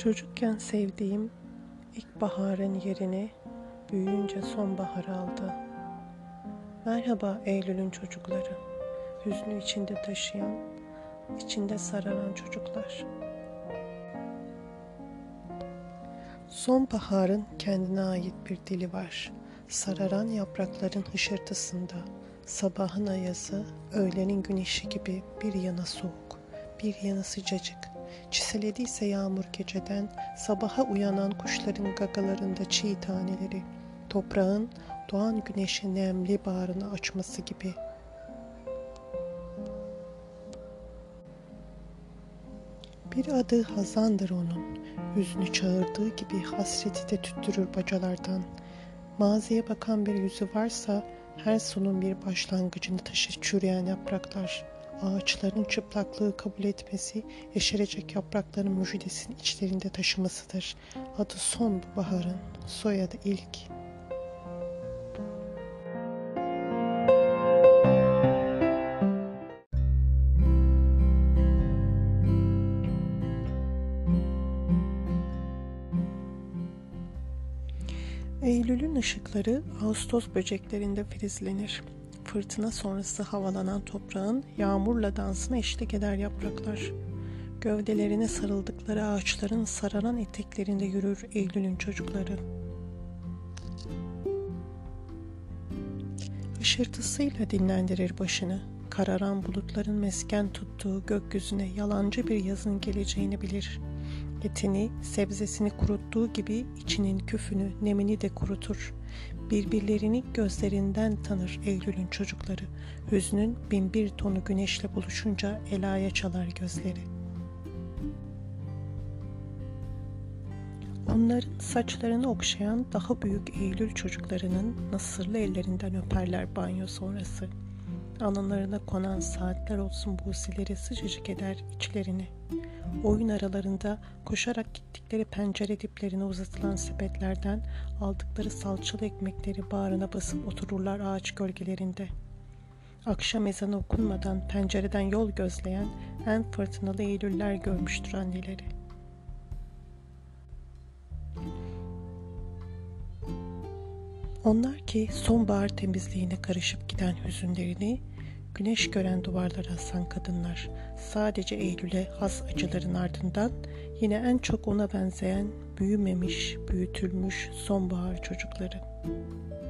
Çocukken sevdiğim ilkbaharın yerini büyüyünce sonbahar aldı. Merhaba Eylül'ün çocukları, hüznü içinde taşıyan, içinde sararan çocuklar. Sonbaharın kendine ait bir dili var. Sararan yaprakların hışırtısında, sabahın ayazı, öğlenin güneşi gibi bir yana soğuk, bir yana sıcacık. Çiselediyse yağmur geceden, sabaha uyanan kuşların gagalarında çiğ taneleri, toprağın doğan güneşi nemli bağrını açması gibi. Bir adı hazandır onun, hüznü çağırdığı gibi hasreti de tüttürür bacalardan. Maziye bakan bir yüzü varsa, her sonun bir başlangıcını taşır çürüyen yapraklar. Ağaçların çıplaklığı kabul etmesi, yeşerecek yaprakların müjdesini içlerinde taşımasıdır. Adı son bu baharın, soyadı ilk. Eylül'ün ışıkları Ağustos böceklerinde filizlenir. Fırtına sonrası havalanan toprağın yağmurla dansına eşlik eder yapraklar. Gövdelerine sarıldıkları ağaçların sararan eteklerinde yürür Eylül'ün çocukları. Işırtısıyla dinlendirir başını. Kararan bulutların mesken tuttuğu gökyüzüne yalancı bir yazın geleceğini bilir. Etini, sebzesini kuruttuğu gibi içinin küfünü, nemini de kurutur. Birbirlerini gözlerinden tanır Eylül'ün çocukları. Hüznün binbir tonu güneşle buluşunca elaya çalar gözleri. Onların saçlarını okşayan daha büyük Eylül çocuklarının nasırlı ellerinden öperler banyo sonrası. Alınlarına konan saatler olsun buğsileri sıcacık eder içlerini. Oyun aralarında koşarak gittikleri pencere diplerine uzatılan sepetlerden aldıkları salçalı ekmekleri bağrına basıp otururlar ağaç gölgelerinde. Akşam ezanı okunmadan pencereden yol gözleyen en fırtınalı Eylüller görmüştür anneleri. Onlar ki sonbahar temizliğine karışıp giden hüzünlerini güneş gören duvarlara asan kadınlar, sadece Eylül'e has acıların ardından yine en çok ona benzeyen büyümemiş, büyütülmüş sonbahar çocukları.